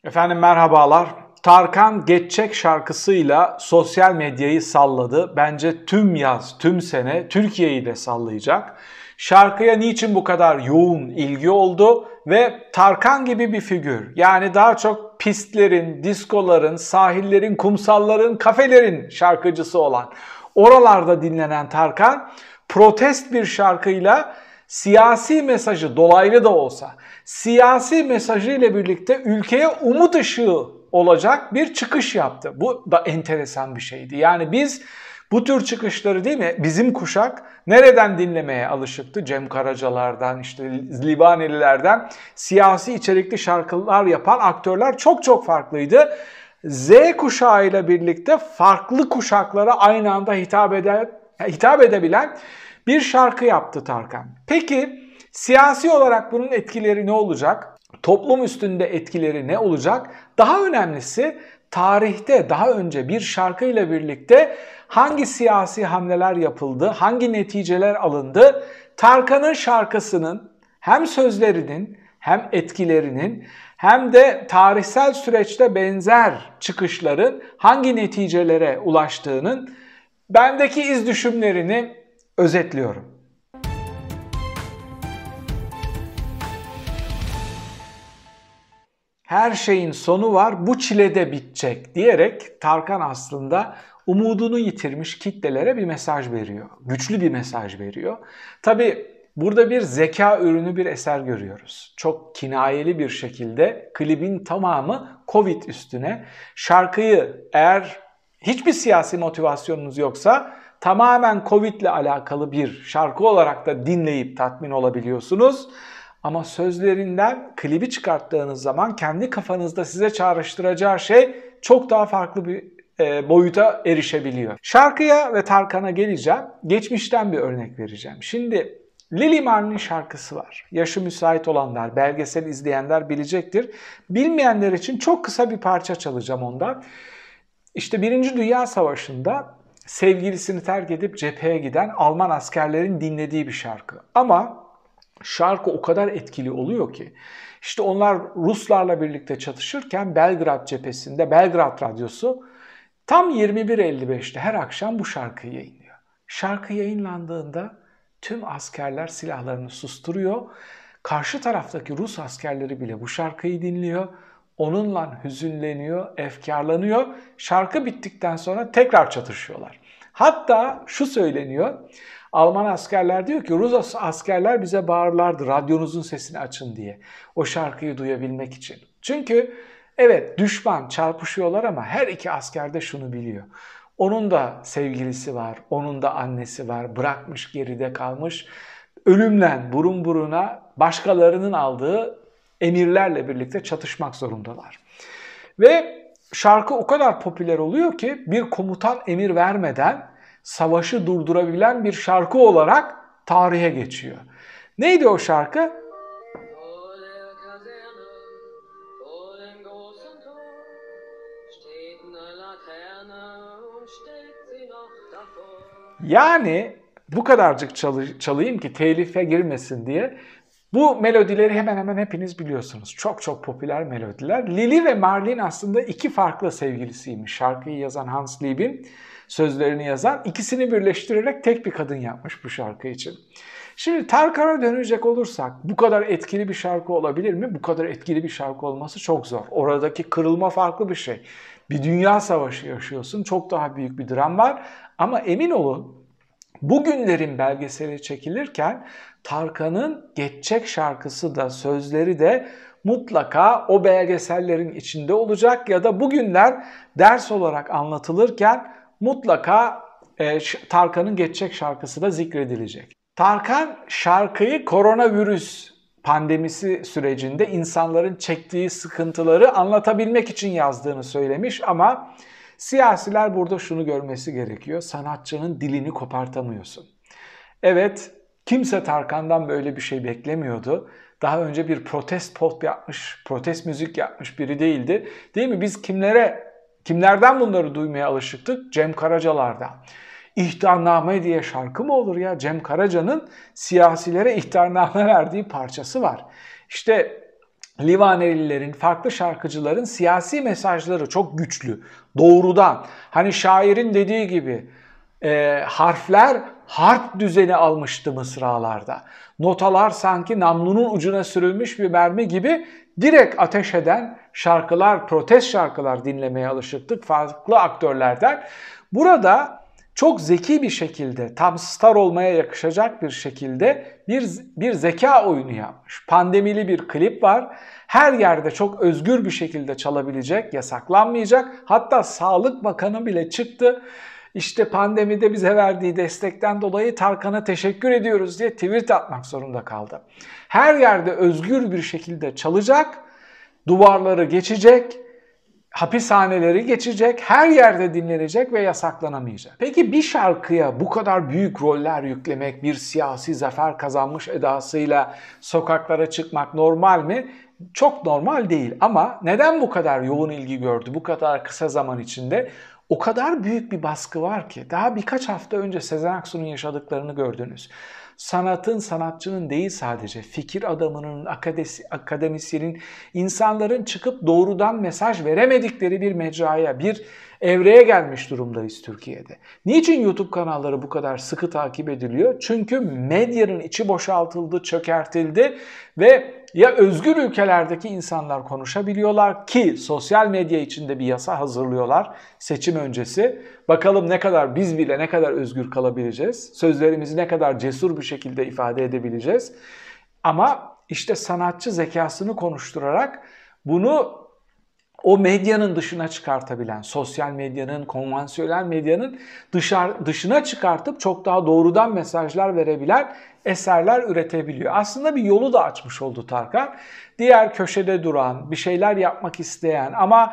Efendim merhabalar. Tarkan Geçecek şarkısıyla sosyal medyayı salladı. Bence tüm yaz, tüm sene Türkiye'yi de sallayacak. Şarkıya niçin bu kadar yoğun ilgi oldu ve Tarkan gibi bir figür, yani daha çok pistlerin, diskoların, sahillerin, kumsalların, kafelerin şarkıcısı olan, oralarda dinlenen Tarkan protest bir şarkıyla siyasi mesajı, dolaylı da olsa siyasi mesajı ile birlikte ülkeye umut ışığı olacak bir çıkış yaptı. Bu da enteresan bir şeydi. Yani biz bu tür çıkışları, değil mi? Bizim kuşak nereden dinlemeye alışıktı? Cem Karacalar'dan, işte Livanelilerden siyasi içerikli şarkılar yapan aktörler çok farklıydı. Z kuşağı ile birlikte farklı kuşaklara aynı anda hitap edebilen bir şarkı yaptı Tarkan. Peki siyasi olarak bunun etkileri ne olacak? Toplum üstünde etkileri ne olacak? Daha önemlisi tarihte daha önce bir şarkıyla birlikte hangi siyasi hamleler yapıldı, hangi neticeler alındı? Tarkan'ın şarkısının hem sözlerinin hem etkilerinin hem de tarihsel süreçte benzer çıkışların hangi neticelere ulaştığının bendeki iz düşümlerini özetliyorum. Her şeyin sonu var, bu çile de bitecek diyerek Tarkan aslında umudunu yitirmiş kitlelere bir mesaj veriyor. Güçlü bir mesaj veriyor. Tabii burada bir zeka ürünü bir eser görüyoruz. Çok kinayeli bir şekilde klibin tamamı Covid üstüne. Şarkıyı eğer hiçbir siyasi motivasyonunuz yoksa tamamen Covid ile alakalı bir şarkı olarak da dinleyip tatmin olabiliyorsunuz. Ama sözlerinden klibi çıkarttığınız zaman kendi kafanızda size çağrıştıracağı şey çok daha farklı bir boyuta erişebiliyor. Şarkıya ve Tarkan'a geleceğim. Geçmişten bir örnek vereceğim. Şimdi Lili Marley'nin şarkısı var. Yaşı müsait olanlar, belgesel izleyenler bilecektir. Bilmeyenler için çok kısa bir parça çalacağım ondan. İşte Birinci Dünya Savaşı'nda sevgilisini terk edip cepheye giden Alman askerlerin dinlediği bir şarkı. Ama şarkı o kadar etkili oluyor ki işte onlar Ruslarla birlikte çatışırken Belgrad cephesinde Belgrad Radyosu tam 21.55'te her akşam bu şarkıyı yayınlıyor. Şarkı yayınlandığında tüm askerler silahlarını susturuyor. Karşı taraftaki Rus askerleri bile bu şarkıyı dinliyor. Onunla hüzünleniyor, efkarlanıyor. Şarkı bittikten sonra tekrar çatışıyorlar. Hatta şu söyleniyor. Alman askerler diyor ki Rus askerler bize bağırlardı radyonuzun sesini açın diye. O şarkıyı duyabilmek için. Çünkü evet düşman çarpışıyorlar ama her iki asker de şunu biliyor. Onun da sevgilisi var, onun da annesi var, bırakmış geride kalmış. Ölümle burun buruna başkalarının aldığı emirlerle birlikte çatışmak zorundalar. Ve şarkı o kadar popüler oluyor ki bir komutan emir vermeden savaşı durdurabilen bir şarkı olarak tarihe geçiyor. Neydi o şarkı? Yani bu kadarcık çalayım ki telife girmesin diye. Bu melodileri hemen hemen hepiniz biliyorsunuz. Çok popüler melodiler. Lili ve Marley'in aslında iki farklı sevgilisiymiş. Şarkıyı yazan Hans Lieb'in, sözlerini yazan, ikisini birleştirerek tek bir kadın yapmış bu şarkı için. Şimdi Tarkan'a dönecek olursak bu kadar etkili bir şarkı olabilir mi? Bu kadar etkili bir şarkı olması çok zor. Oradaki kırılma farklı bir şey. Bir dünya savaşı yaşıyorsun. Çok daha büyük bir dram var. Ama emin olun bugünlerin belgeseli çekilirken Tarkan'ın Geçecek şarkısı da sözleri de mutlaka o belgesellerin içinde olacak ya da bugünler ders olarak anlatılırken mutlaka Tarkan'ın Geçecek şarkısı da zikredilecek. Tarkan şarkıyı koronavirüs pandemisi sürecinde insanların çektiği sıkıntıları anlatabilmek için yazdığını söylemiş ama siyasiler burada şunu görmesi gerekiyor. Sanatçının dilini kopartamıyorsun. Evet, kimse Tarkan'dan böyle bir şey beklemiyordu. Daha önce bir protest pop yapmış, protest müzik yapmış biri değildi. Değil mi? Biz kimlerden bunları duymaya alışıktık? Cem Karacalar'dan. İhtarname diye şarkı mı olur ya? Cem Karaca'nın siyasilere ihtarname verdiği parçası var. İşte Livanelilerin, farklı şarkıcıların siyasi mesajları çok güçlü. Doğrudan. Hani şairin dediği gibi harfler harp düzeni almıştı mısralarda. Notalar sanki namlunun ucuna sürülmüş bir mermi gibi direkt ateş eden şarkılar, protest şarkılar dinlemeye alışıktık farklı aktörlerden. Burada çok zeki bir şekilde, tam star olmaya yakışacak bir şekilde bir zeka oyunu yapmış. Pandemili bir klip var. Her yerde çok özgür bir şekilde çalabilecek, yasaklanmayacak. Hatta Sağlık Bakanı bile çıktı. İşte pandemide bize verdiği destekten dolayı Tarkan'a teşekkür ediyoruz diye tweet atmak zorunda kaldı. Her yerde özgür bir şekilde çalacak, duvarları geçecek, hapishaneleri geçecek, her yerde dinlenecek ve yasaklanamayacak. Peki bir şarkıya bu kadar büyük roller yüklemek, bir siyasi zafer kazanmış edasıyla sokaklara çıkmak normal mi? Çok normal değil ama neden bu kadar yoğun ilgi gördü bu kadar kısa zaman içinde? O kadar büyük bir baskı var ki daha birkaç hafta önce Sezen Aksu'nun yaşadıklarını gördünüz. Sanatın, sanatçının değil sadece fikir adamının, akademisyenin, insanların çıkıp doğrudan mesaj veremedikleri bir mecraya, bir evreye gelmiş durumdayız Türkiye'de. Niçin YouTube kanalları bu kadar sıkı takip ediliyor? Çünkü medyanın içi boşaltıldı, çökertildi ve ya özgür ülkelerdeki insanlar konuşabiliyorlar ki sosyal medya içinde bir yasa hazırlıyorlar seçim öncesi. Bakalım ne kadar biz bile ne kadar özgür kalabileceğiz. Sözlerimizi ne kadar cesur bir şekilde ifade edebileceğiz. Ama işte sanatçı zekasını konuşturarak bunu o medyanın dışına çıkartabilen, sosyal medyanın, konvansiyonel medyanın dışına çıkartıp çok daha doğrudan mesajlar verebilen eserler üretebiliyor. Aslında bir yolu da açmış oldu Tarkan. Diğer köşede duran, bir şeyler yapmak isteyen ama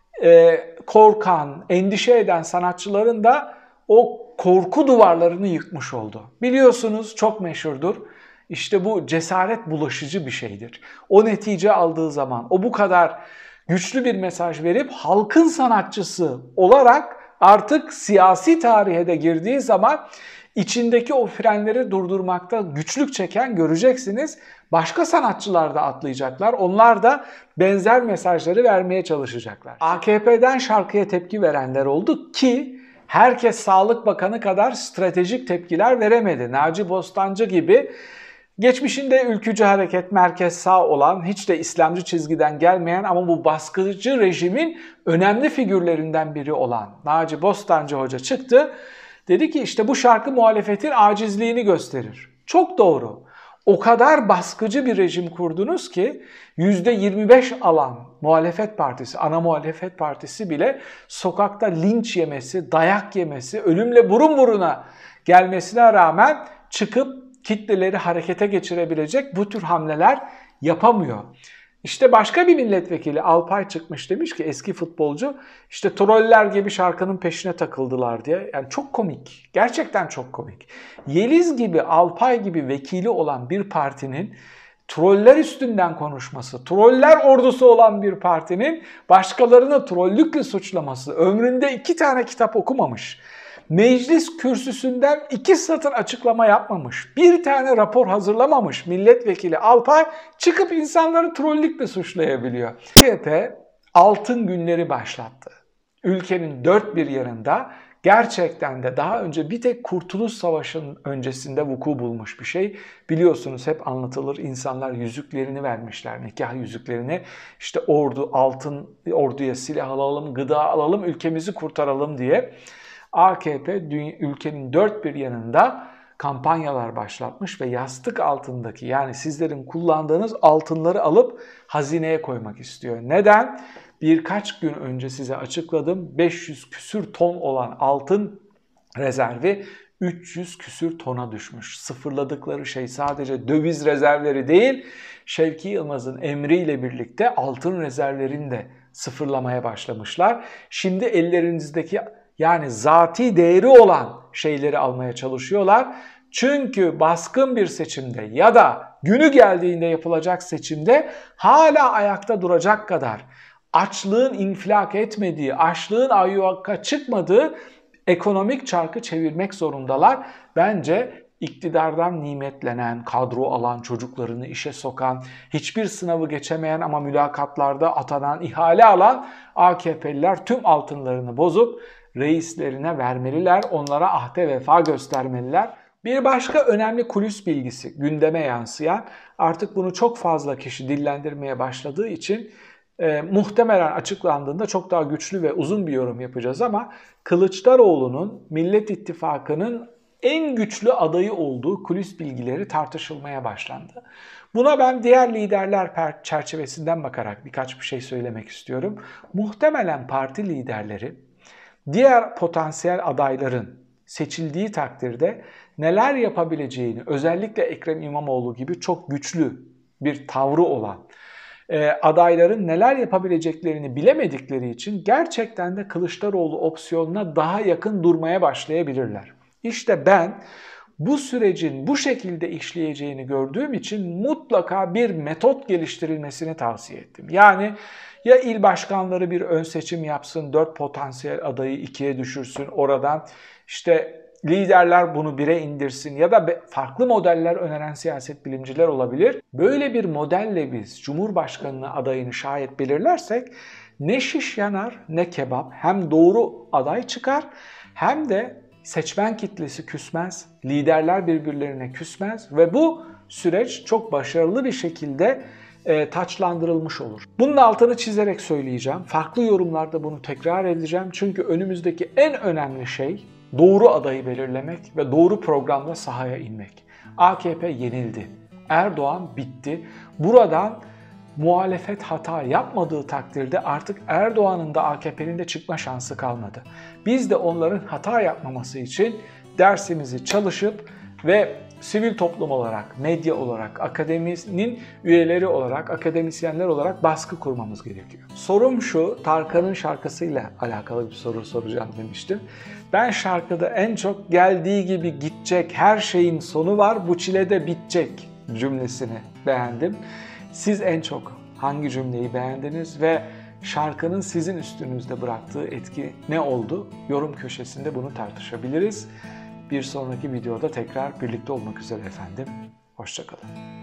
korkan, endişe eden sanatçıların da o korku duvarlarını yıkmış oldu. Biliyorsunuz çok meşhurdur. İşte bu cesaret bulaşıcı bir şeydir. O netice aldığı zaman, o bu kadar güçlü bir mesaj verip halkın sanatçısı olarak artık siyasi tarihe de girdiği zaman içindeki o frenleri durdurmakta güçlük çeken göreceksiniz. Başka sanatçılar da atlayacaklar. Onlar da benzer mesajları vermeye çalışacaklar. AKP'den şarkıya tepki verenler oldu ki herkes Sağlık Bakanı kadar stratejik tepkiler veremedi. Naci Bostancı gibi geçmişinde ülkücü hareket, merkez sağ olan, hiç de İslamcı çizgiden gelmeyen ama bu baskıcı rejimin önemli figürlerinden biri olan Naci Bostancı Hoca çıktı. Dedi ki işte bu şarkı muhalefetin acizliğini gösterir. Çok doğru. O kadar baskıcı bir rejim kurdunuz ki %25 alan muhalefet partisi, ana muhalefet partisi bile sokakta linç yemesi, dayak yemesi, ölümle burun buruna gelmesine rağmen çıkıp kitleleri harekete geçirebilecek bu tür hamleler yapamıyor. İşte başka bir milletvekili Alpay çıkmış demiş ki eski futbolcu işte troller gibi şarkının peşine takıldılar diye. Yani çok komik. Gerçekten çok komik. Yeliz gibi Alpay gibi vekili olan bir partinin troller üstünden konuşması, troller ordusu olan bir partinin başkalarını trollükle suçlaması, ömründe 2 tane kitap okumamış, meclis kürsüsünden 2 satır açıklama yapmamış, bir tane rapor hazırlamamış milletvekili Alpay çıkıp insanları trollükle suçlayabiliyor. AKP altın günleri başlattı. Ülkenin dört bir yanında gerçekten de daha önce bir tek Kurtuluş Savaşı'nın öncesinde vuku bulmuş bir şey. Biliyorsunuz hep anlatılır, insanlar yüzüklerini vermişler, nikah yüzüklerini. İşte ordu, altın, orduya silah alalım, gıda alalım, ülkemizi kurtaralım diye. AKP ülkenin dört bir yanında kampanyalar başlatmış ve yastık altındaki, yani sizlerin kullandığınız altınları alıp hazineye koymak istiyor. Neden? Birkaç gün önce size açıkladım. 500 küsür ton olan altın rezervi 300 küsür tona düşmüş. Sıfırladıkları şey sadece döviz rezervleri değil, Şevki Yılmaz'ın emriyle birlikte altın rezervlerini de sıfırlamaya başlamışlar. Şimdi ellerinizdeki, yani zati değeri olan şeyleri almaya çalışıyorlar. Çünkü baskın bir seçimde ya da günü geldiğinde yapılacak seçimde hala ayakta duracak kadar açlığın infilak etmediği, açlığın ayyuka çıkmadığı ekonomik çarkı çevirmek zorundalar. Bence iktidardan nimetlenen, kadro alan, çocuklarını işe sokan, hiçbir sınavı geçemeyen ama mülakatlarda atanan, ihale alan AKP'liler tüm altınlarını bozup reislerine vermeliler, onlara ahde vefa göstermeliler. Bir başka önemli kulis bilgisi gündeme yansıyan, artık bunu çok fazla kişi dillendirmeye başladığı için muhtemelen açıklandığında çok daha güçlü ve uzun bir yorum yapacağız ama Kılıçdaroğlu'nun Millet İttifakı'nın en güçlü adayı olduğu kulis bilgileri tartışılmaya başlandı. Buna ben diğer liderler çerçevesinden bakarak birkaç bir şey söylemek istiyorum. Muhtemelen parti liderleri diğer potansiyel adayların seçildiği takdirde neler yapabileceğini, özellikle Ekrem İmamoğlu gibi çok güçlü bir tavrı olan adayların neler yapabileceklerini bilemedikleri için gerçekten de Kılıçdaroğlu opsiyonuna daha yakın durmaya başlayabilirler. İşte ben bu sürecin bu şekilde işleyeceğini gördüğüm için mutlaka bir metot geliştirilmesini tavsiye ettim. Yani ya il başkanları bir ön seçim yapsın, 4 potansiyel adayı 2'ye düşürsün, oradan işte liderler bunu 1'e indirsin ya da farklı modeller öneren siyaset bilimciler olabilir. Böyle bir modelle biz Cumhurbaşkanlığı adayını şayet belirlersek ne şiş yanar ne kebap, hem doğru aday çıkar hem de seçmen kitlesi küsmez, liderler birbirlerine küsmez ve bu süreç çok başarılı bir şekilde taçlandırılmış olur. Bunun altını çizerek söyleyeceğim. Farklı yorumlarda bunu tekrar edeceğim. Çünkü önümüzdeki en önemli şey doğru adayı belirlemek ve doğru programla sahaya inmek. AKP yenildi. Erdoğan bitti. Buradan muhalefet hata yapmadığı takdirde artık Erdoğan'ın da AKP'nin de çıkma şansı kalmadı. Biz de onların hata yapmaması için dersimizi çalışıp ve sivil toplum olarak, medya olarak, akademinin üyeleri olarak, akademisyenler olarak baskı kurmamız gerekiyor. Sorum şu, Tarkan'ın şarkısıyla alakalı bir soru soracağım demiştim. Ben şarkıda en çok geldiği gibi gidecek, her şeyin sonu var, bu çile de bitecek cümlesini beğendim. Siz en çok hangi cümleyi beğendiniz ve şarkının sizin üstünüzde bıraktığı etki ne oldu? Yorum köşesinde bunu tartışabiliriz. Bir sonraki videoda tekrar birlikte olmak üzere efendim. Hoşça kalın.